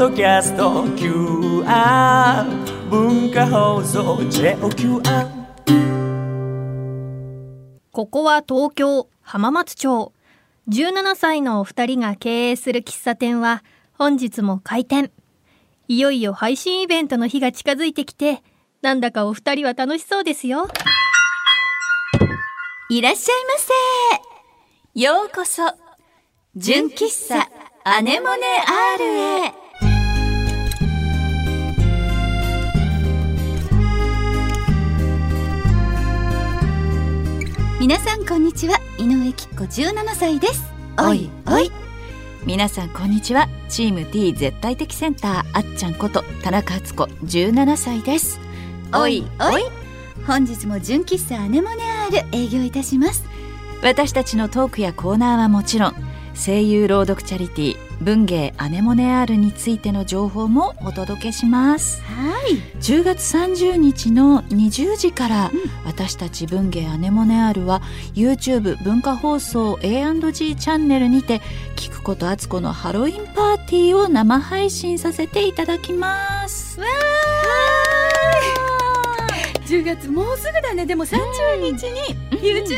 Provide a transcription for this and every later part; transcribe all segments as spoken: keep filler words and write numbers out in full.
ドキャスト キューアール 文化放送 ジェイオーキューアール。 ここは東京浜松町。じゅうななさいのお二人が経営する喫茶店は本日も開店。いよいよ配信イベントの日が近づいてきて、なんだかお二人は楽しそうですよ。 いらっしゃいませ。ようこそ純喫茶アネモネ アール へ。皆さんこんにちは、井上貴子じゅうななさいです。おいおい。 皆さんこんにちは、チーム T 絶対的センターあっちゃんこと田中敦子じゅうななさいです。 おいおい。本日も純喫茶アネモネ アール 営業いたします。 私たちのトークやコーナーはもちろん、声優朗読チャリティー文芸アネモネ アール についての情報もお届けします。 はい、 じゅうがつさんじゅうにちのにじゅうじから、うん、私たち文芸アネモネ アール は YouTube 文化放送 エーアンドジー チャンネルにて聞くことあつこのハロウィンパーティーを生配信させていただきます。 わーい、じゅうがつもうすぐだね。でもさんじゅうにちに YouTube、うん、はい、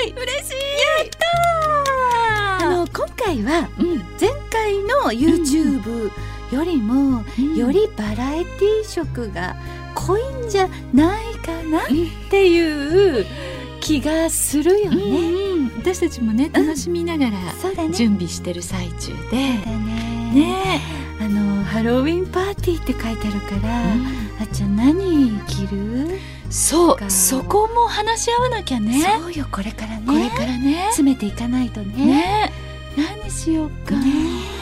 嬉しい。やったー。あの今回は前回の YouTube よりもよりバラエティ色が濃いんじゃないかなっていう気がするよね、 うんうん、私たちもね楽しみながら準備してる最中で、 そうだね、ね、あのハロウィンパーティーって書いてあるから、うん、あっちゃん何着る？ そう、そこも話し合わなきゃね。 そうよ、これからね、 これからね詰めていかないとね。 ね、何しようか、ね、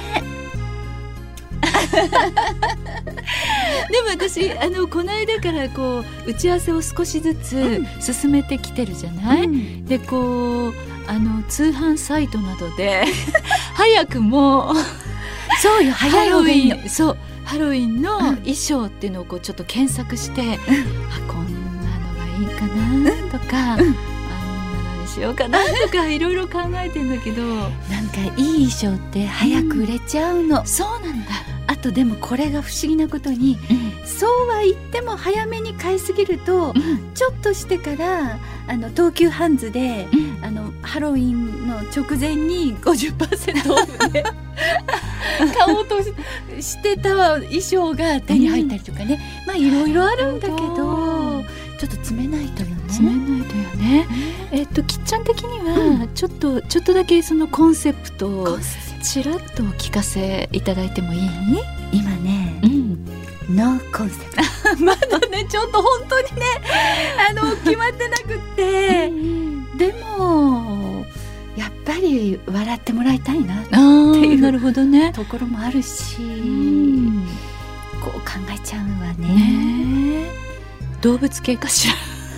でも私あのこの間からこう打ち合わせを少しずつ進めてきてるじゃない、うん、でこうあの通販サイトなどで早くもそうよ、早い方がいいの。 そう、ハロウィンの衣装っていうのをこうちょっと検索して、うん、あ、こんなのがいいかなとか、うん、あんなのにしようかなとかいろいろ考えてんだけど、 なんかいい衣装って早く売れちゃうの、 うん、そうなんだ。 あとでもこれが不思議なことに、うん、そうは言っても早めに買いすぎると、うん、ちょっとしてからあの東急ハンズで、うん、あのハロウィンの直前に ごじゅっパーセント オフで買おうと し, してた衣装が手に入ったりとかね、うん、まあいろいろあるんだけど、ちょっと詰めないとよね。 詰めないとよね。えっときっちゃん的にはちょっと、うん、ちょっとだけそのコンセプトをちらっとお聞かせいただいてもいい？ 今ね、うん、ノーコンセプトまだねちょっと本当にねあの決まってなくってでもやっぱり笑ってもらいたいなっていうなるほど、ね、 ところもあるし、うん、こう考えちゃうわ ね, ね。動物系かしら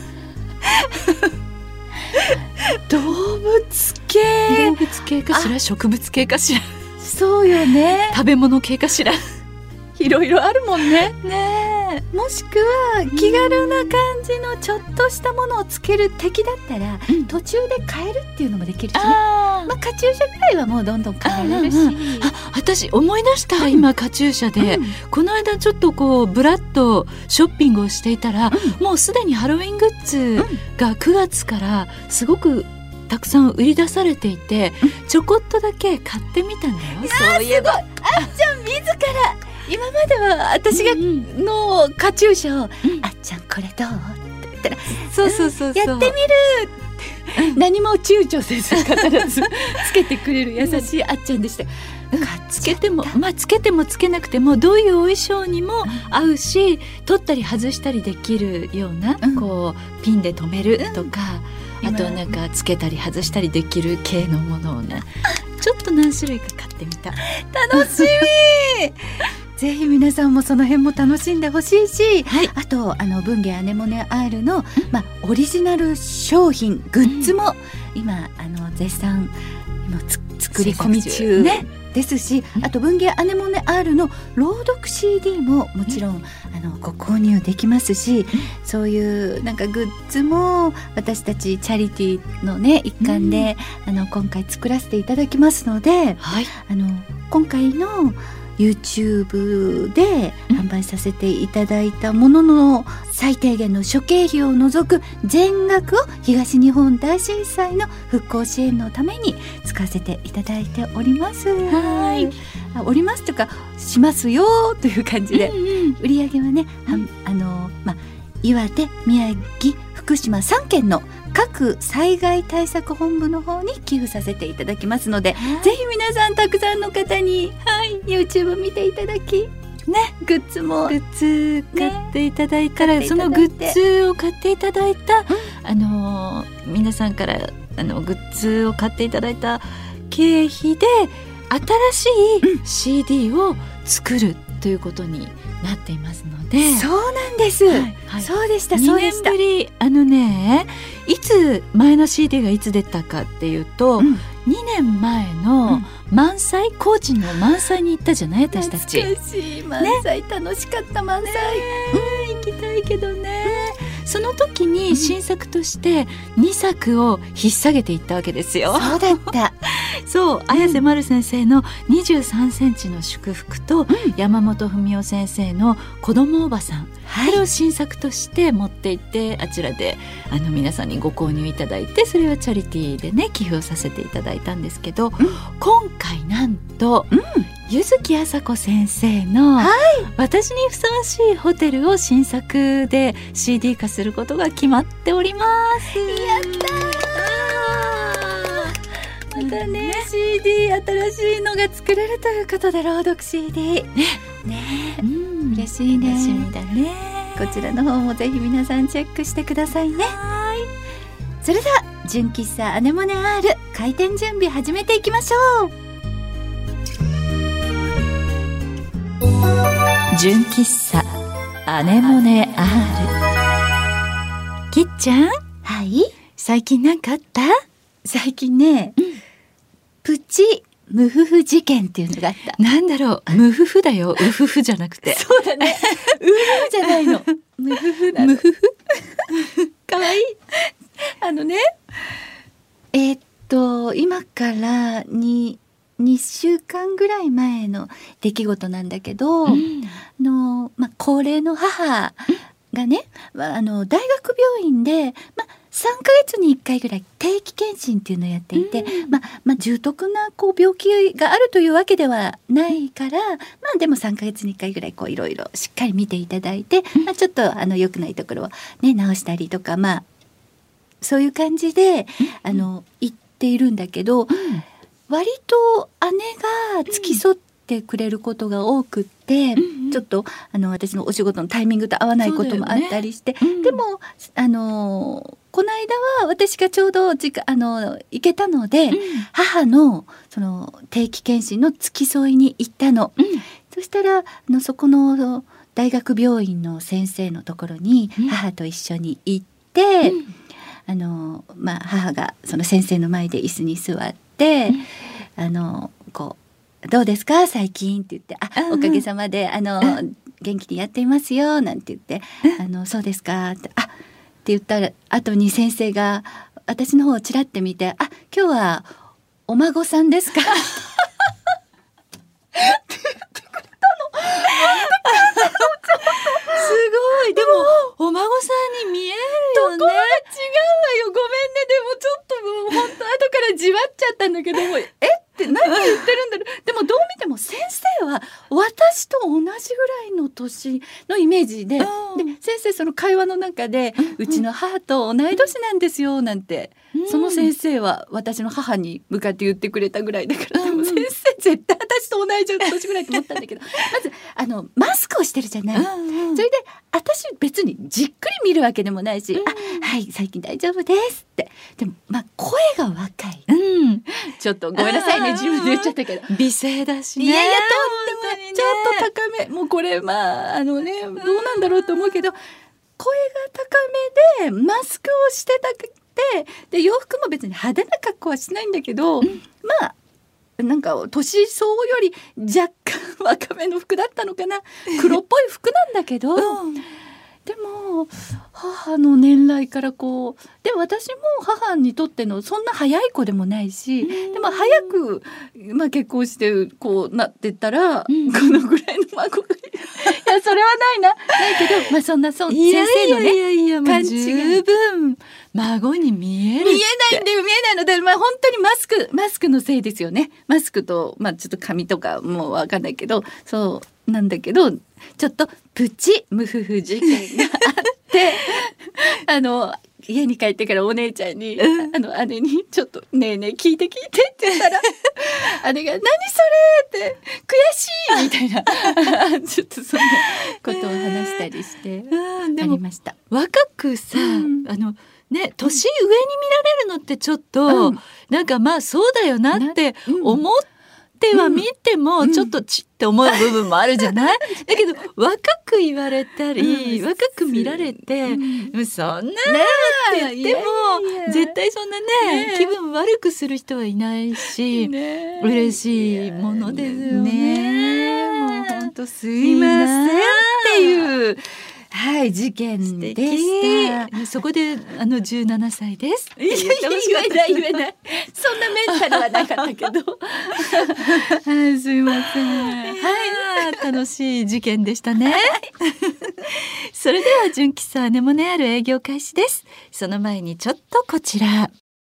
動物系動物系かしら、植物系かしら、 そうよね、 食べ物系かしら、 いろいろあるもんね。ねえ、もしくは気軽な感じのちょっとしたものをつける的だったら、うん、途中で変えるっていうのもできるしね。あ、まあ、カチューシャぐらいはもうどんどん変えられるし、うんうん、 あ、私思い出した、うん、今カチューシャで、うん、この間ちょっとこうブラッとショッピングをしていたら、うん、もうすでにハロウィングッズがくがつからすごくたくさん売り出されていて、うん、ちょこっとだけ買ってみたんだよ。 そういえばあっちゃん自ら今までは私がのカチューシャを、うん、あっちゃんこれどうって言ったら、 そうそうそうそう、 やってみるって、何も躊躇せず必ずつけてくれる優しいあっちゃんでした。 うん、つけても、まあ、つけてもつけなくてもどういうお衣装にも合うし、うん、取ったり外したりできるような、うん、こうピンで留めるとか、うん、あとなんかつけたり外したりできる系のものをね、ちょっと何種類か買ってみた。 楽しみぜひ皆さんもその辺も楽しんでほしいし、はい、あとあの文芸アネモネ アール の、まあ、オリジナル商品グッズも、うん、今あの絶賛今つ作り込み中ねですし、あと文芸アネモネ アール の朗読 シーディー ももちろん、うん、あのご購入できますし、うん、そういうなんかグッズも私たちチャリティーのね一環で、うん、あの今回作らせていただきますので、はい、あの今回の YouTube で販売させていただいたものの最低限の諸経費を除く全額を東日本大震災の復興支援のために使わせていただいております。 はい、 あおりますとかしますよという感じで、 うんうん、 売り上げはね、うん、あのまあ、岩手、宮城、福島さんけんの各災害対策本部の方に寄付させていただきますので、はい、ぜひ皆さんたくさんの方に、はい、YouTube 見ていただき、ね、グッズもグッズ買っていただいたら、ね、そのグッズを買っていただいた、うん、あのー、皆さんからあのグッズを買っていただいた経費で新しい シーディー を作るということになっていますので、 そうなんです、はいはい、そうでしたそうでした。 にねんぶり、あのね、いつ前の シーディー がいつ出たかっていうと、うん、にねんまえの満載、高知の満載に行ったじゃない私たち。 懐かしい満載、ね、楽しかった満載、ね、 うん、行きたいけどね、うん、その時に新作としてにさくを引っ提げていったわけですよ。 そうだったそう、綾瀬まる先生のにじゅうさんセンチの祝福と、うん、山本文夫先生の子供おばさん、はい、これを新作として持っていって、あちらであの皆さんにご購入いただいて、それはチャリティーでね寄付をさせていただいたんですけど、うん、今回なんと、うん、柚木麻子先生の、はい、私にふさわしいホテルを新作で シーディー 化することが決まっております。 やったー、またね、シーディー 新しいのが作れるということで、朗読 シーディー ねね、うん、嬉しいね、 楽しみだね。 こちらの方もぜひ皆さんチェックしてくださいね。はい、それでは純喫茶アネモネ R 開店準備始めていきましょう。 純喫茶アネモネ R。 きっちゃん、 はい、 最近なんかあった？ 最近ね、うん、プチ無夫婦事件っていうのがあった。 なんだろう、無夫婦だよ、うふふじゃなくて。 そうだね、うふふじゃないの、無夫婦なの。無夫婦かわいい。あのね、えー、っと今からににしゅうかんぐらい前の出来事なんだけど、うん、のまあ、高齢の母がね、あの大学病院で、まあ、さんかげつにいっかいぐらい定期検診っていうのをやっていて、うん、まあまあ、重篤なこう病気があるというわけではないから、まあ、でもさんかげつにいっかいぐらいこういろいろしっかり見ていただいて、まあ、ちょっとあの良くないところを、ね、直したりとか、まあ、そういう感じであの言っているんだけど、うん、割と姉が付き添ってくれることが多くって、うん、ちょっとあの私のお仕事のタイミングと合わないこともあったりして、ね、うん、でもあのこの間は私がちょうどじかあの行けたので、うん、母のその定期検診の付き添いに行ったの、うん、そしたらあのそこの大学病院の先生のところに母と一緒に行って、うん、あのまあ、母がその先生の前で椅子に座って、うん、あのこうどうですか最近って言って、あ、うん、おかげさまであの、うん、元気にやっていますよなんて言って、うん、あのそうですかって、あって言ったら後に先生が私の方をちらって見て、あ、今日はお孫さんですかって言ってくれたの。 すごい。でもお孫さんに見えるよね。 ところが違うわよ、ごめんね。でもちょっともう本当後からじわっちゃったんだけども、えって何言ってるんだろう。でもどう見ても先生は私と同じぐらいの年のイメージで、うん、で先生その会話の中で、うん、うちの母と同い年なんですよなんて、うん、その先生は私の母に向かって言ってくれたぐらいだから、うん、でも先生絶対私と同い年ぐらいと思ったんだけどまずあのマスクをしてるじゃない、うんうん、それで私別にじっくり見るわけでもないし、うん、あ、はい最近大丈夫ですって。でもまあ声が若い、うん、ちょっとごめんなさいね自分で言っちゃったけど美声だしね。 いやいやとっても、ね、ちょっと高め、もうこれまああのねどうなんだろうと思うけど、声が高めでマスクをしてたくて、で洋服も別に派手な格好はしないんだけど、うん、まあなんか年相応より若干若めの服だったのかな、黒っぽい服なんだけど、うん、 でも母の年来からこうで私も母にとってのそんな早い子でもないし、でも早く、まあ、結婚してこうなってったら、うん、このぐらいの孫がいやそれはないなないけど、まあ、そんなそ先生のねいやいやいや感じが十分孫に見えるって見えないんだよ見えないので、まあ、本当にマスクマスクのせいですよね。マスクと、まあ、ちょっと髪とかもう分かんないけどそうなんだけどちょっとプチムフフ事件があってあの家に帰ってからお姉ちゃんに、うん、あの姉にちょっとねえねえ聞いて聞いてって言ったら姉が何それって悔しいみたいなちょっとそんなことを話したりして、うん、でもありました。 若くさ、うん、あのね年上に見られるのってちょっと、うん、なんかまあそうだよなって思っては見てもちょっとちって思う部分もあるじゃない、うん、だけど若く言われたり、うん、若く見られて、うん、そんなって言っても、ね、絶対そんなね、ね気分悪くする人はいないし、ね、嬉しいものですよね。 ねもう本当すいませんっていうはい事件でした。 そこであのじゅうななさいです言えない言えないそんなメンタルはなかったけどはいすいません。 はい楽しい事件でしたねそれでは純喫茶アネモネアル営業開始です。その前にちょっとこちら。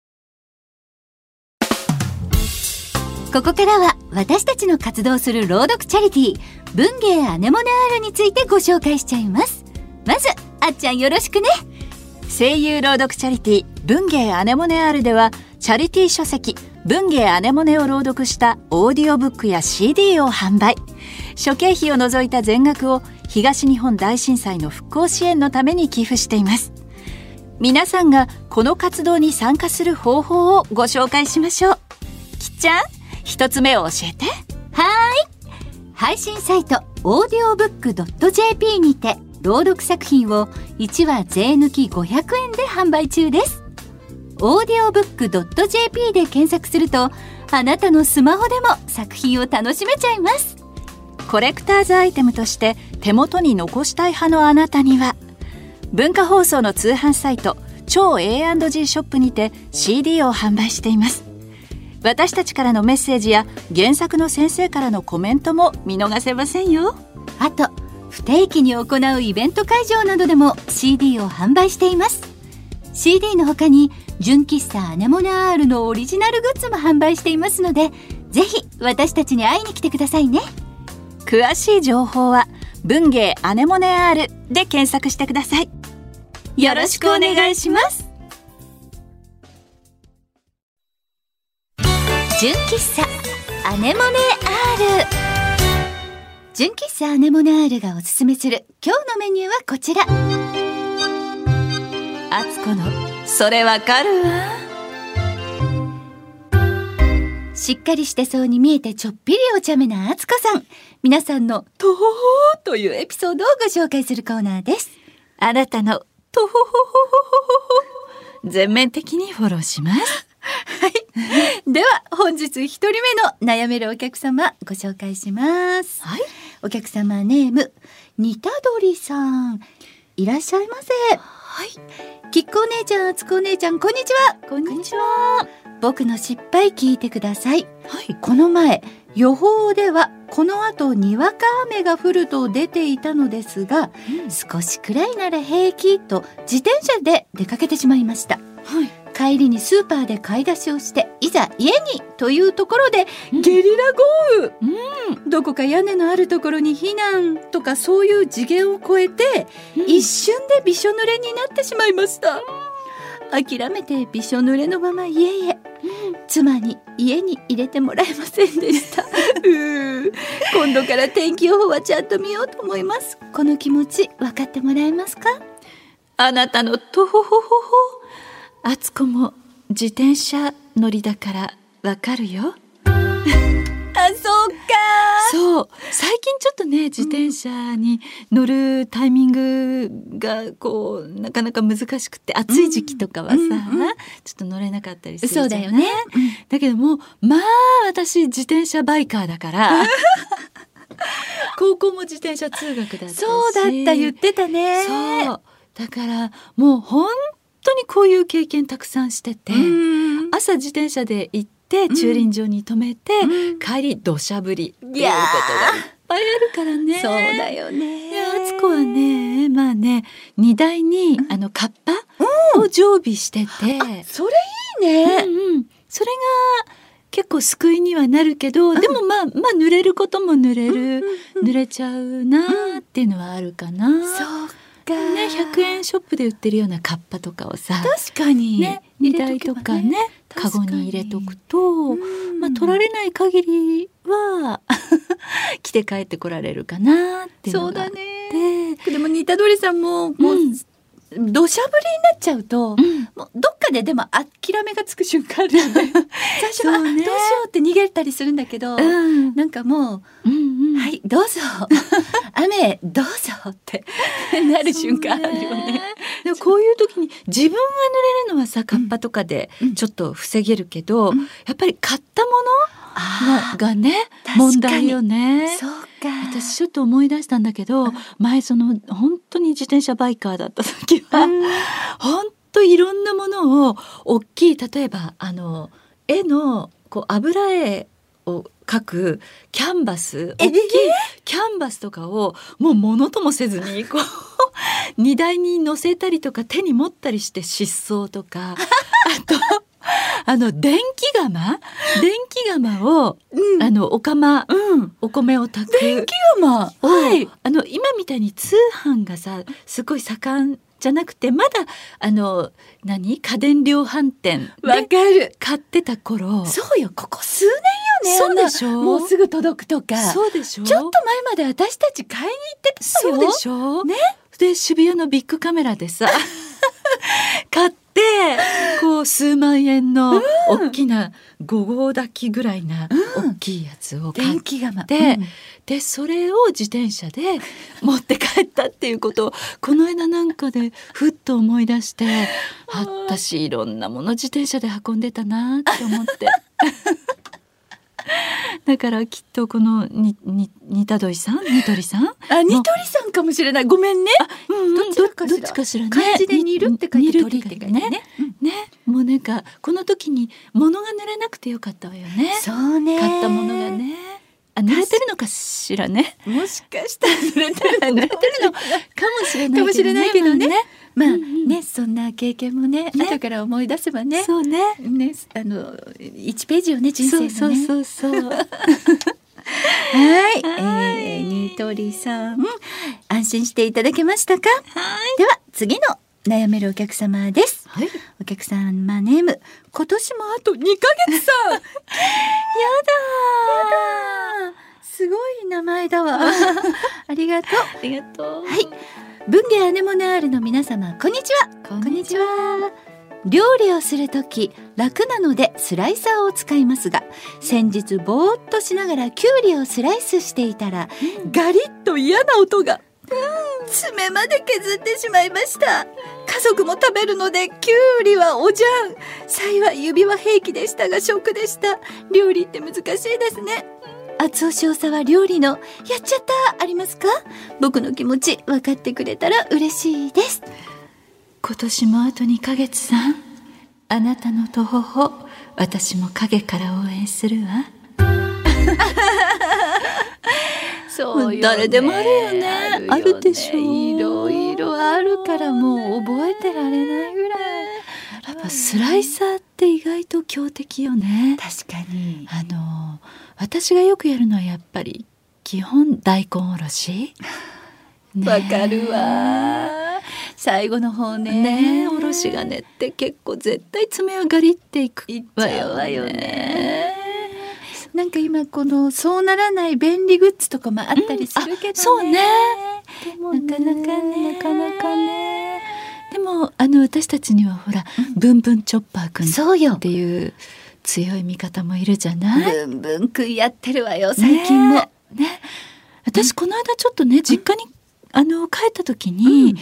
ここからは私たちの活動する朗読チャリティー文芸アネモネアールについてご紹介しちゃいます。まずあっちゃんよろしくね。 声優朗読チャリティー文芸アネモネアールではチャリティー書籍文芸アネモネを朗読したオーディオブックや シーディー を販売。諸経費を除いた全額を東日本大震災の復興支援のために寄付しています。皆さんがこの活動に参加する方法をご紹介しましょう。きっちゃん一つ目を教えて。 はーい配信サイトオーディオブックドットジェーピー にて朗読作品をいちわ税抜きごひゃくえんで販売中です。オーディオブックドットジェーピー で検索するとあなたのスマホでも作品を楽しめちゃいます。 コレクターズアイテムとして手元に残したい派のあなたには文化放送の通販サイト超 エーアンドジー ショップにて シーディー を販売しています。私たちからのメッセージや原作の先生からのコメントも見逃せませんよ。 あと不定期に行うイベント会場などでも シーディー を販売しています。 シーディー の他に純喫茶アネモネアールのオリジナルグッズも販売していますのでぜひ私たちに会いに来てくださいね。 詳しい情報は文芸アネモネアールで検索してください。よろしくお願いします。 純喫茶アネモネアール純喫茶アネモネアールがおすすめする今日のメニューはこちら。 あつこのそれわかるわ。 しっかりしてそうに見えてちょっぴりお茶目なあつこさん、皆さんのトホホホというエピソードをご紹介するコーナーです。 あなたのトホホホホホホ全面的にフォローしますはいでは本日一人目の悩めるお客様ご紹介します、はい、お客様ネームにたどりさんいらっしゃいませ。はい、きっこお姉ちゃんあつこお姉ちゃんこんにちは。 こんにちは。 僕の失敗聞いてください、はい、この前予報ではこの後にわか雨が降ると出ていたのですが、うん、少しくらいなら平気と自転車で出かけてしまいました、はい、帰りにスーパーで買い出しをしていざ家にというところで、うん、ゲリラ豪雨、うん、どこか屋根のあるところに避難とかそういう次元を超えて、うん、一瞬でびしょ濡れになってしまいました。諦めてびしょ濡れのまま家へ、うん、妻に家に入れてもらえませんでしたうー今度から天気予報はちゃんと見ようと思います。この気持ち分かってもらえますか。 あなたのトホホホホあつこも自転車乗りだからわかるよあ、そうか。 そう最近ちょっとね自転車に乗るタイミングがこうなかなか難しくて暑い時期とかはさ、うんうんうん、ちょっと乗れなかったりするじゃない。 そうだよね、 うん、だけどもまあ私自転車バイカーだから高校も自転車通学だったし。 そうだった、言ってたね。 そうだからもう本当にこういう経験たくさんしてて、朝自転車で行って駐輪場に止めて、うん、帰り土砂降りっていうことがいっぱいあるからね。 そうだよね。 いや敦子はね、まあね、荷台に、うん、あのカッパを常備してて、 うん、それいいね、 うんうん、それが結構救いにはなるけど、うん、でもまあまあ濡れることも濡れる、うんうんうん、濡れちゃうなっていうのはあるかな、うん、 そうね、ひゃくえんショップで売ってるようなカッパとかをさ、 確かに、 ね、荷台とかね、カゴに入れとくと、まあ、取られない限りは着て帰ってこられるかなっていうのがあって。 そうだね。でも似た通りさんももう、うん、土砂降りになっちゃうと、うん、もうどっかででも諦めがつく瞬間あるよね。最初は、ね、どうしようって逃げたりするんだけど、うん、なんかもう、うんうん、はいどうぞ雨どうぞってなる瞬間あるよね。 でもこういう時に自分が濡れるのはさ、カッパとかでちょっと防げるけど、うん、やっぱり買ったものがね問題よね。 そうか。 私ちょっと思い出したんだけど、うん、前その本当に自転車バイカーだった時は、うん、本当いろんなものを大きい、例えばあの絵のこう油絵を描くキャンバス、大きいキャンバスとかをもうものともせずにこう荷台に乗せたりとか手に持ったりして失踪とかあとあの電気釜電気釜を、うん、あのお釜、うん、お米を炊く電気釜、 はい、あの今みたいに通販がさすごい盛んじゃなくて、まだあの何家電量販店で買ってた頃。 そうよ、ここ数年よね。 そうでしょ。 もうすぐ届くとか。 そうでしょ。 ちょっと前まで私たち買いに行ってたよ。 そうでしょ。 ね。 で渋谷のビッグカメラでさ買ってこう数万円の大きなご号炊きぐらいな大きいやつを買って、 電気釜、うん、 でそれを自転車で持って帰ったっていうことをこの間なんかでふっと思い出して、私いろんなもの自転車で運んでたなって思ってだからきっとこのにににたどりさんにとりさんあにとりさんかもしれない。ごめんね。 うんうん、 どっちかしら。 どっちかしらね。 漢字で煮るって書いて鳥って書いてね。 ね、ね、もうなんかこの時に物が濡れなくてよかったわよね。 そうね。 買ったものがね。あ、濡れてるのかしらね。 もしかしたら濡れてる濡れてるのかもしれないけどね。 かもしれないけどね。まあ、 うんうん、 ね、そんな経験もね、ね、後から思い出せばね。 そうね。 ね、あのいちページよね、人生のね。 そうそうそうそう。 はい、はい、えー、にとりさん、安心していただけましたか。 はい。 では次の悩めるお客様です。 はい。 お客様ネーム、今年もあとにかげつさん。やだー。やだー。すごい名前だわ。ありがとう。 ありがとう。 はい。文芸アネモネアールの皆様、こんにちは。 こんにちは。 料理をするとき楽なのでスライサーを使いますが、先日ぼーっとしながらキュウリをスライスしていたら、うん、ガリッと嫌な音が、うん、爪まで削ってしまいました。家族も食べるのでキュウリはおじゃん。幸い指は平気でしたがショックでした。料理って難しいですね。厚尾少佐は料理のやっちゃったありますか。僕の気持ち分かってくれたら嬉しいです。 今年もあとにかげつさん、あなたのとほほ、私も影から応援するわ。 そうよね、 誰でもあるよね。あるよね、あるでしょ。 いろいろあるからもう覚えてられないぐらい。 やっぱスライサーって意外と強敵よね。 確かに。 あの私がよくやるのはやっぱり基本大根おろし。 わ、ね、かるわ。最後の方ね。 ね、おろしがねって結構絶対爪はガリっていくわよね。 わよね。なんか今このそうならない便利グッズとかもあったりするけどね。うん、 そうね。 でもなかなかね、 なかなかね。でもあの私たちにはほら、うん、ブンブンチョッパーくんっていう強い味方もいるじゃない。 ブンブンくんやってるわよ最近も。ね。 ね、私この間ちょっとね、実家にあの帰った時に、うん、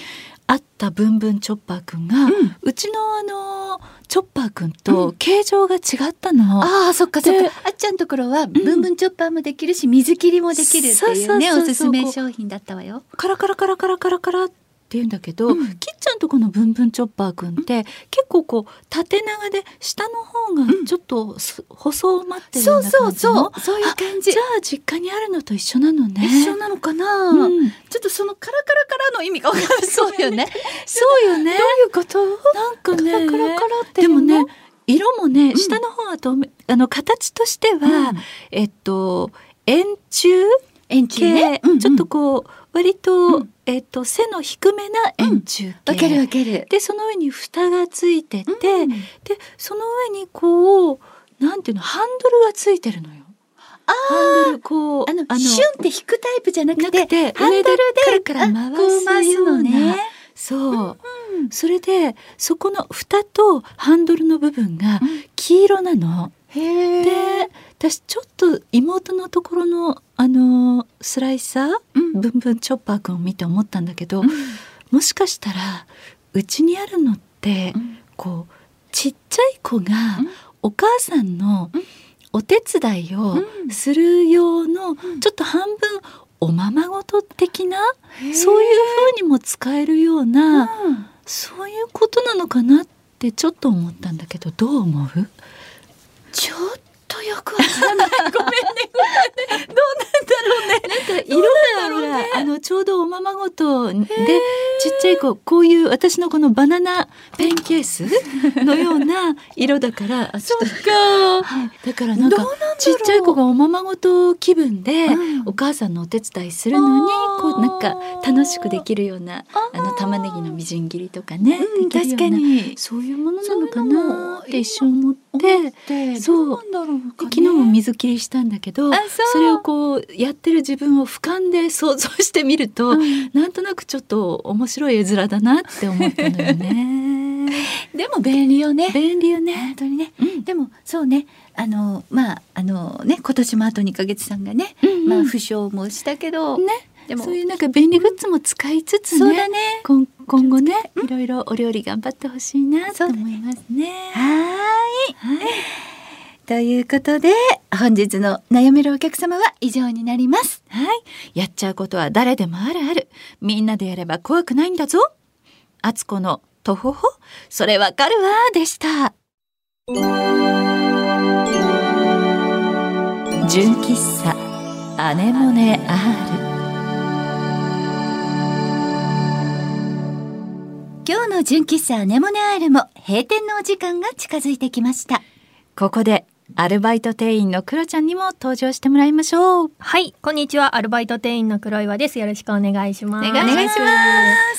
あったブンブンチョッパーくんが、うん、うちのあのチョッパーくんと形状が違ったの、うん、 ああそっかそっか。あっちゃんのところはブンブンチョッパーもできるし、うん、水切りもできるっていうね、おすすめ商品だったわよ。 カラカラカラカラカラカラって言うんだけど、うん、きっちゃんとこのブンブンチョッパーくんって、うん、結構こう縦長で下の方がちょっと、うん、細まってるような感じの、 そうそうそうそういう感じ。 じゃあ実家にあるのと一緒なのね。 一緒なのかな、うん、ちょっとそのカラカラカラの意味が分からない。 そうよねそうよね。 どういうこと？ なんかね、 カラカラカラってでもね、色もね、うん、下の方はとあの形としては、うん、えっと円柱円柱ね、 うんうん、ちょっとこう割と、うんえっと、背の低めな円柱形、 わ、うん、かるわかる。 でその上に蓋がついてて、うん、でその上にこうなんていうのハンドルがついてるのよ。 あハンドルこうあのあのシュンって引くタイプじゃなくて、 てハンドルでカラカラ回すような、ね、そう、うんうん、それでそこの蓋とハンドルの部分が黄色なの、うん、へで私ちょっと妹のところのあのスライサー、うん、ブンブンチョッパーくんを見て思ったんだけど、うん、もしかしたらうちにあるのって、うん、こうちっちゃい子がお母さんのお手伝いをする用の、うん、ちょっと半分おままごと的な、うん、そういう風にも使えるような、うん、そういうことなのかなってちょっと思ったんだけど、どう思う？ ちょっとよくわからない。ごめんね、ごめんね。どうなんだろうね。 なんか色がほら、ね、あのちょうどおままごとでちっちゃい子、こういう私のこのバナナペンケースのような色だから、 そっか、 はい、だからなんかちっちゃい子がおままごと気分で、うん、お母さんのお手伝いするのにこうなんか楽しくできるようなあの玉ねぎのみじん切りとかね、 うん、 できるような、 確かにそういうものなのかなって一瞬思って、そうなんだろうかね、 昨日も水切りしたんだけど、 そ, それをこうやってる自分を俯瞰で想像してみると、うん、なんとなくちょっと面白い絵面だなって思ったのよね。 でも便利よね。 便利よね。 本当にね、 うん、 でもそうね、あのまああのね今年もあとにかげつさんがね、うんうん、まあ負傷もしたけどね、でもそういうなんか便利グッズも使いつつね、 そうだね、 今, 今後ね、いろいろお料理頑張ってほしいなと思いますね。 はいはいということで本日の悩めるお客様は以上になります。 はい、やっちゃうことは誰でもあるある、みんなでやれば怖くないんだぞ。あつこのとほほそれわかるわでした。純喫茶アネモネ アール。今日の純喫茶アネモネ アール も閉店のお時間が近づいてきました。 ここでアルバイト店員のクロちゃんにも登場してもらいましょう。 はい、こんにちは。アルバイト店員の黒岩です。よろしくお願いします。 お願いします。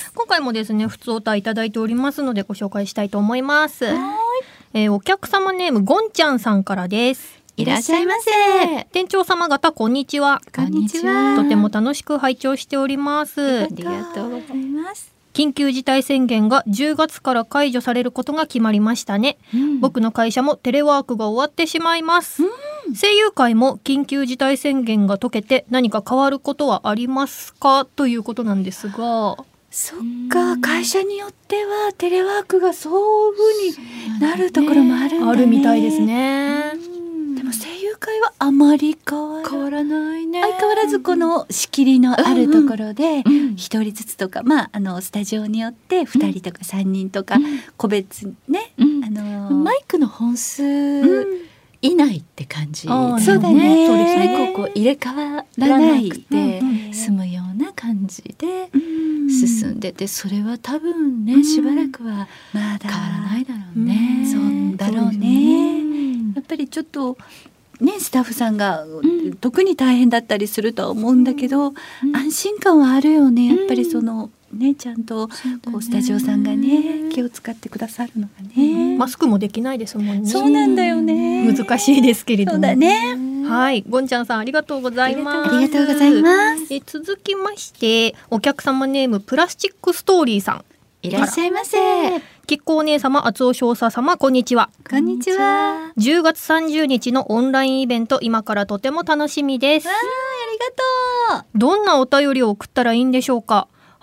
今回もですね、普通お題いただいておりますのでご紹介したいと思います。はい、えー、お客様ネームゴンちゃんさんからです。 いらっしゃいませ。 店長様方こんにちは。 こんにちは。 とても楽しく拝聴しております。 ありがとうございます。 緊急事態宣言がじゅうがつから解除されることが決まりましたね、うん、僕の会社もテレワークが終わってしまいます、うん、声優界も緊急事態宣言が解けて何か変わることはありますかということなんですが。 そっか、会社によってはテレワークがそういう風になるところもあるんだね。 あるみたいですね。 でも声優界はあまり変わら変わらないね。 相変わらずこの仕切りのあるところで一人ずつとか、まああのスタジオによってふたりとかさんにんとか個別ね、 うん、 あのー、 マイクの本数以内って感じ、 うん、そうだね。 そうですね。こうこう入れ替わらなくて済むような感じで進んでて、それは多分ね、うん、しばらくは変わらないだろうね。 うん、そうだろうね。やっぱりちょっとね、スタッフさんが、うん、特に大変だったりするとは思うんだけど、うん、安心感はあるよね。やっぱりその、ね、ちゃんとこうスタジオさんがね気を使ってくださるのがね、うん、 マスクもできないですもんね。 そうなんだよね。 難しいですけれども。 そうだね。 はい、ゴンちゃんさんありがとうございます。 ありがとうございます。 え続きましてお客様ネームプラスチックストーリーさん、 いらっしゃいませ。 きっこお姉様、厚尾少佐様、こんにちは。 こんにちは。 じゅうがつさんじゅうにちのオンラインイベント、今からとても楽しみです。 わー、ありがとう。 どんなお便りを送ったらいいんでしょうか。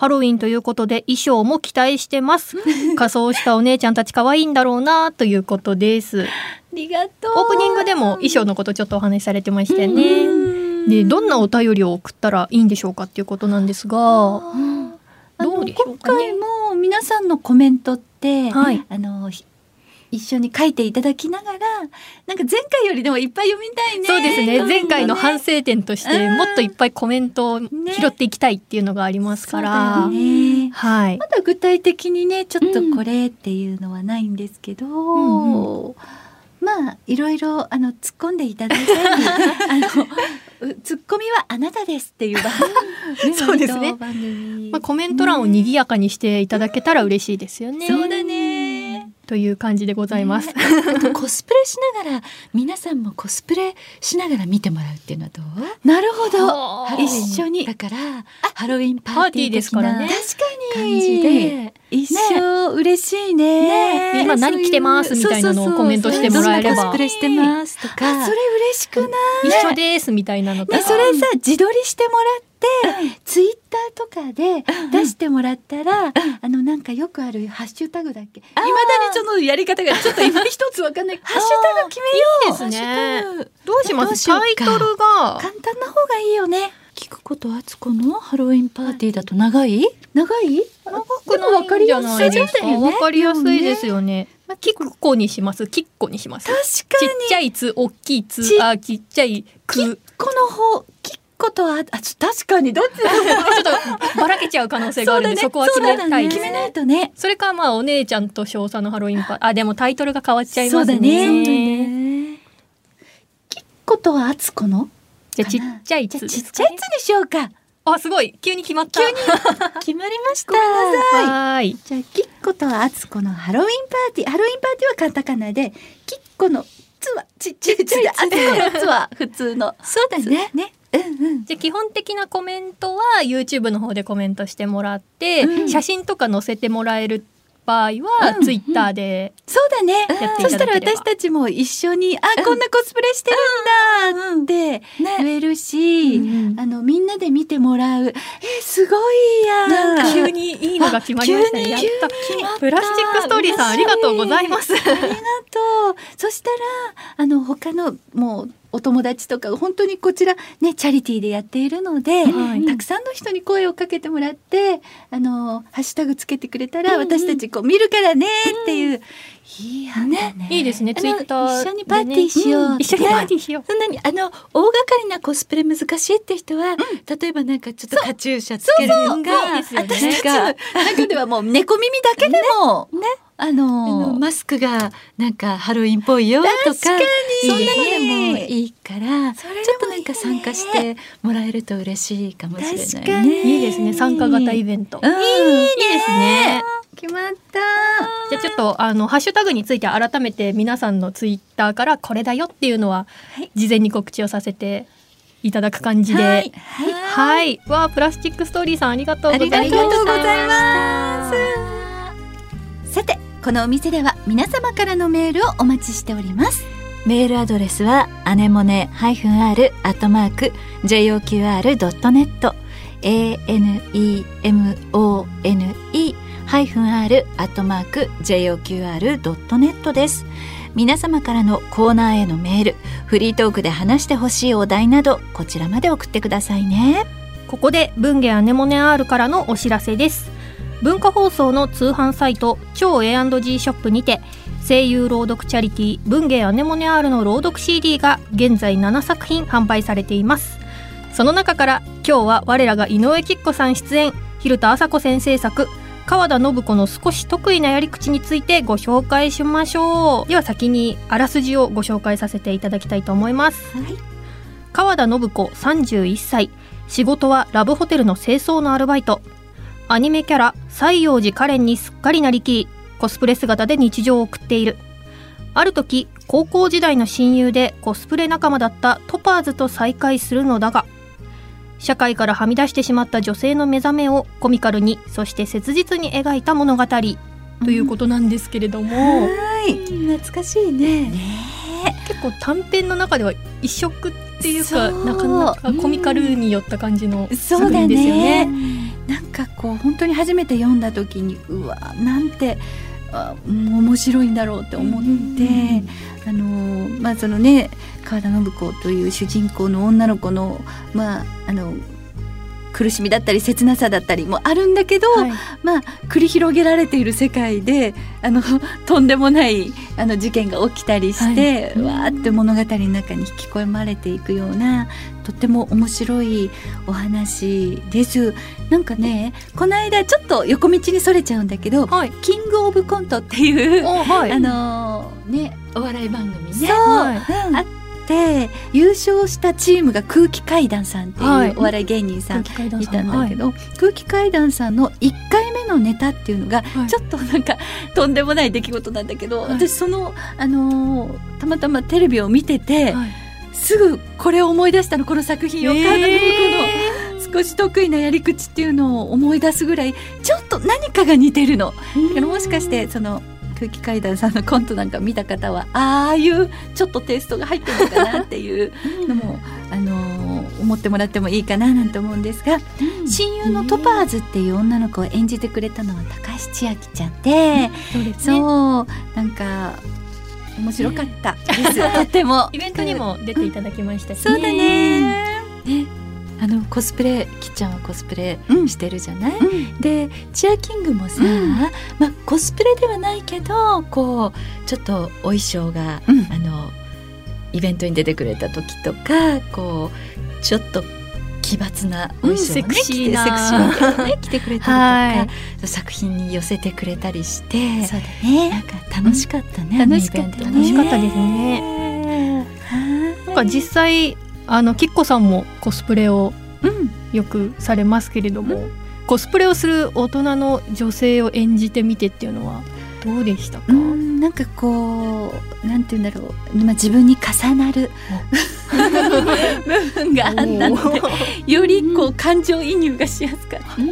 ハロウィンということで衣装も期待してます仮装したお姉ちゃんたち可愛いんだろうなということです。 ありがとう。 オープニングでも衣装のことちょっとお話しされてましたよね。でどんなお便りを送ったらいいんでしょうかっていうことなんですが、どうでしょうかね。 今回も皆さんのコメントって、 はい、 あの一緒に書いていただきながら、なんか前回よりでもいっぱい読みたいね。 そうですね。 ね、 前回の反省点としてもっといっぱいコメントを拾っていきたいっていうのがありますから、 ね、 はい。 まだ具体的にねちょっとこれっていうのはないんですけど、うんうん、まあいろいろあの突っ込んでいただいたりあのツッコミはあなたですっていう番組そうですね。まあ、コメント欄を賑やかにしていただけたら嬉しいですよね。 そうだね。 という感じでございます。 ね、あとコスプレしながら皆さんもコスプレしながら見てもらうっていうのはどう？ なるほど。一緒にだからハロウィンパーティーですからね。 確かに感じで一緒、ね、嬉しいね。 ね今何着てますみたいなのをコメントしてもらえれば。 どんなコスプレしてますとか。 それ嬉しくない？ 一緒ですみたいなのとか。 ね、それさ自撮りしてもらって。ツイッターとかで出してもらったら、うん、あのなんかよくあるハッシュタグだっけ、いまだにそのやり方がちょっと今一つわかんないハッシュタグ決めよう。 いいですね。どうします？タイトルが簡単な方がいいよね。 聞くことあつこのハロウィンパーティーだと長い？ 長い？ 長くないんじゃないですか。わかりやすいですよね。キッコにします。キッコにします。 確かに。 ちっちゃいつ、大きいつ、あ、ちっちゃいく。 キッコの方、キッことはあ確かにどっちちょっとばらけちゃう可能性があるんで そ,、ね、そこは決めたいですね。 決めないとね。 それかまあお姉ちゃんと少佐のハロウィンパーあでもタイトルが変わっちゃいますね。 そうだね。キッコとはあつこのじゃあちっちゃいつ、 ちっちゃいつにしようか。 あすごい急に決まった。 急に決まりました。ごめんなさい。はいじゃあキッコとはあつこのハロウィンパーティーハロウィンパーティーはカタカナでキッコのつはちっちゃいつであつこのつは普通のそうだね。 ねうんうん、 じゃあ基本的なコメントは YouTube の方でコメントしてもらって、うん、写真とか載せてもらえる場合は、うん、Twitter でそうだね。 やっていただければ、 そしたら私たちも一緒にあ、うん、こんなコスプレしてるんだって言えるし、うん、あのみんなで見てもらう。えすごいやなんか急にいいのが決まりましたね。やったプラスチックストーリーさんありがとうございます。 ありがとう。そしたらあの他のもうお友達とか本当にこちらねチャリティーでやっているので、はい、たくさんの人に声をかけてもらってあのハッシュタグつけてくれたら、うんうん、私たちこう見るからねっていう、うん、いいやね、 いいですね。ツイッター一緒にパーティーしよう、 うん、一緒にパーティーしよう。 そんなにあの大掛かりなコスプレ難しいって人は、うん、例えばなんかちょっとカチューシャつけるのがいいですよね。私たちの中ではもう猫耳だけでもね。ねあのー、 あのマスクがなんかハロウィンっぽいよとか確かにそんなのでもいいからちょっとなんか参加してもらえると嬉しいかもしれないね。 確かにいいですね。参加型イベント、 うん、いいですね。 決まった。 じゃあちょっとあのハッシュタグについて改めて皆さんのツイッターからこれだよっていうのは事前に告知をさせていただく感じで、はい、はいはい、わあプラスチックストーリーさんありがとうございました。 ありがとうございます。さてこのお店では皆様からのメールをお待ちしております。 メールアドレスはアネモネ -r アットマーク ジェイオーキューアールドットネット アネモネ -r アットマーク ジェイオーキューアールドットネット です。皆様からのコーナーへのメール、フリートークで話してほしいお題などこちらまで送ってくださいね。 ここで文芸アネモネ R からのお知らせです。文化放送の通販サイト超 エーアンドジー ショップにて声優朗読チャリティー文芸アネモネ R の朗読 シーディー が現在ななさく品販売されています。その中から今日は我らが井上貴子さん出演、蛭田麻子先生作川田信子の少し得意なやり口についてご紹介しましょう。では先にあらすじをご紹介させていただきたいと思います、はい、川田信子さんじゅういっさい、仕事はラブホテルの清掃のアルバイト。アニメキャラ西洋寺カレンにすっかりなりきりコスプレ姿で日常を送っている。ある時高校時代の親友でコスプレ仲間だったトパーズと再会するのだが、社会からはみ出してしまった女性の目覚めをコミカルにそして切実に描いた物語、うん、ということなんですけれども、 はい懐かしい ね, ね結構短編の中では異色っていうかなかなかコミカルによった感じの作品ですよね。 なんかこう本当に初めて読んだ時にうわなんてあ面白いんだろうって思って、うん、あのまあそのね川田信子という主人公の女の子のまああの苦しみだったり切なさだったりもあるんだけど、はい、まあ繰り広げられている世界であのとんでもないあの事件が起きたりして、はい、わーって物語の中に引き込まれていくようなとっても面白いお話です。なんかねこの間ちょっと横道にそれちゃうんだけど、はい、キングオブコントっていう、はい、あのねお笑い番組ね。 そう、はいうん、あで優勝したチームが空気階段さんっていうお笑い芸人さんいたんだけど、はい、空気階段さんのいっかいめのネタっていうのがちょっとなんかとんでもない出来事なんだけど、はい、私その、あのー、たまたまテレビを見てて、はい、すぐこれを思い出したの。この作品を、えー、川田信子の少し得意なやり口っていうのを思い出すぐらいちょっと何かが似てるの。だからもしかしてその空気階段さんのコントなんか見た方はああいうちょっとテイストが入ってるのかなっていうのも、あのー、思ってもらってもいいかななんて思うんですが、うん、親友のトパーズっていう女の子を演じてくれたのは高橋千秋ちゃんで、うん、そうですね、そうなんか面白かったです、とってもイベントにも出ていただきましたし、 ね、そうだね、 ねあのコスプレきっちゃんはコスプレしてるじゃない、うん、でチアキングもさ、うんまあ、コスプレではないけどこうちょっとお衣装が、うん、あのイベントに出てくれた時とかこうちょっと奇抜なお衣装を、ねうん、セクシーなセクシーな、ね、着てくれたりとか、はい、作品に寄せてくれたりしてそうだ、ね、 なんか楽しかったね、 うん、楽しかった楽しかったですね。なんか実際あのきっこさんもコスプレをよくされますけれども、うん、コスプレをする大人の女性を演じてみてっていうのはどうでしたか？ うんなんかこうなんていうんだろう、まあ、自分に重なる部分があったのでよりこう感情移入がしやすかった、うん、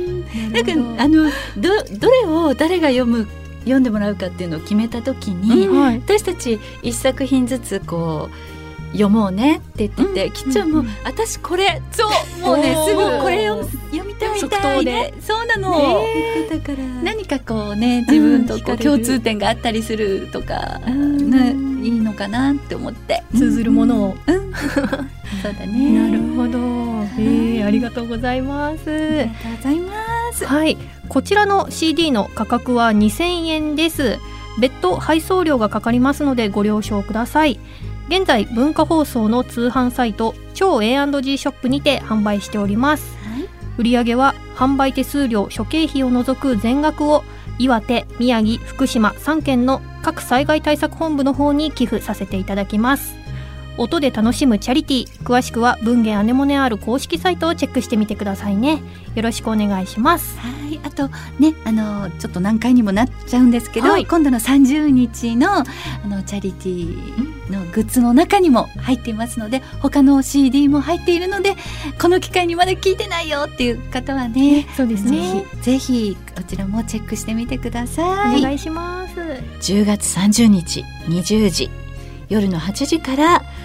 なんかあの ど, どれを誰が読む読んでもらうかっていうのを決めた時に、うんはい、私たち一作品ずつこう読もうねって言ってて、うん、きっちゃんも、うん、私これそうもうねすぐこれ読みたいみたいでそうなの、 ね、言ってたから何かこうね自分とこう共通点があったりするとか、うん、ね、いいのかなって思って通ずるものを、 うん、そうだねなるほど、えー、ありがとうございます。 ありがとうございます。 はい、こちらの シーディー の価格はにせんえんです。別途配送料がかかりますのでご了承ください。現在文化放送の通販サイト超 エーアンドジー ショップにて販売しております、はい、売上は販売手数料諸経費を除く全額を岩手、宮城、福島さんけんの各災害対策本部の方に寄付させていただきます。音で楽しむチャリティー、詳しくは文芸アネモネ R 公式サイトをチェックしてみてくださいね。よろしくお願いします。 はい、あとね、あのちょっと何回にもなっちゃうんですけど、はい、今度のさんじゅうにち の, あのチャリティーのグッズの中にも入っていますので、他の シーディー も入っているので、この機会にまだ聞いてないよっていう方はね、 そうですね、 ぜひぜひこちらもチェックしてみてください。 お願いします。 じゅうがつさんじゅうにちにじゅうじ夜のはちじから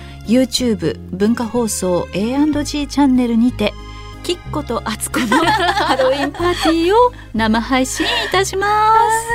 YouTube 文化放送 エーアンドジー チャンネルにてきっことあつこのハロウィンパーティーを生配信いたします。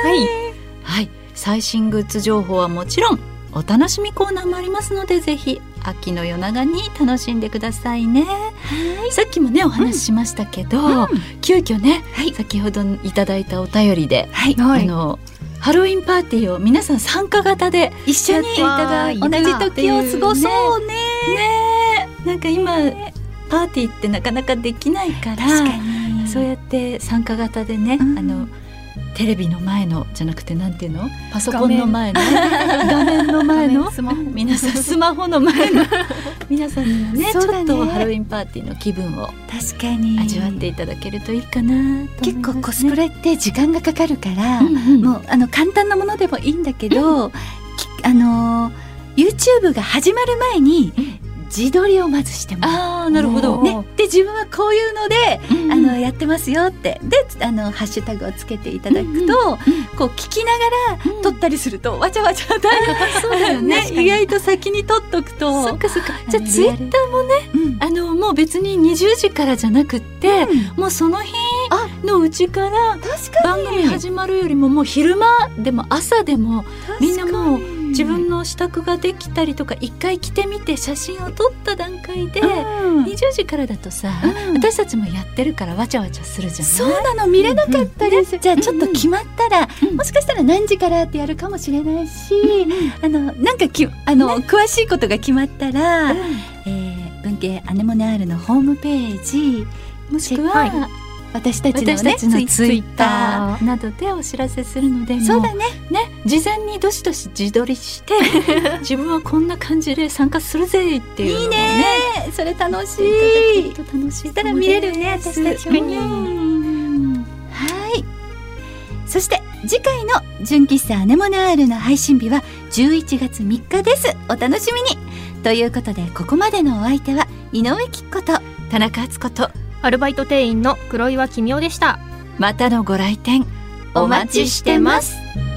はい、はい、最新グッズ情報はもちろんお楽しみコーナーもありますので、ぜひ秋の夜長に楽しんでくださいね。はい、さっきもねお話ししましたけど、うん、急遽ね、はい、先ほどいただいたお便りで、はい、あのハロウィンパーティーを皆さん参加型で一緒に同じ時を過ごそうね。 ね、なんか今パーティーってなかなかできないから、確かにそうやって参加型でね、うん、あのテレビの前のじゃなくてなんていうのパソコンの前の画面の前の皆さんスマホの前の皆さんには ね, ねちょっとハロウィンパーティーの気分を確かに味わっていただけるといいかなと思いますね。 結構コスプレって時間がかかるから、うんうん、もうあの簡単なものでもいいんだけど、うん、あの YouTube が始まる前に、うん自撮りをまずしてもらう。 あー、なるほど、 ね、で自分はこういうので、うん、あのやってますよってであのハッシュタグをつけていただくと、うんうん、こう聞きながら撮ったりすると、うん、わちゃわちゃ大変そうだよね意外と先に撮っとくと。 そっかそっか。じゃあツイッターもね、うん、あのもう別ににじゅうじからじゃなくって、うん、もうその日ののうちから番組始まるよりももう昼間でも朝でもみんなもう自分の支度ができたりとか、一回着てみて写真を撮った段階で、うん、にじゅうじからだとさ、うん、私たちもやってるからわちゃわちゃするじゃない。 そうなの、見れなかったです、うん、じゃあちょっと決まったら、うん、もしかしたら何時からってやるかもしれないし、うん、あのなんかきあの、ね、詳しいことが決まったら、うん、えー、文系アネモネ R のホームページもしくは、はい、 私たちのね、 私たちのツイッターなどでお知らせするので、 そうだね、 ね、事前にどしどし自撮りして自分はこんな感じで参加するぜっていうのをね、 いいね、それ楽しい。いただけると楽しい。したら見れるね、私たちに。はい。そして次回の純喫茶アネモネ R の配信日はじゅういちがつみっかです。お楽しみに。ということで、ここまでのお相手は井上貴子と田中敦子とアルバイト店員の黒岩君代でした。 またのご来店お待ちしてます。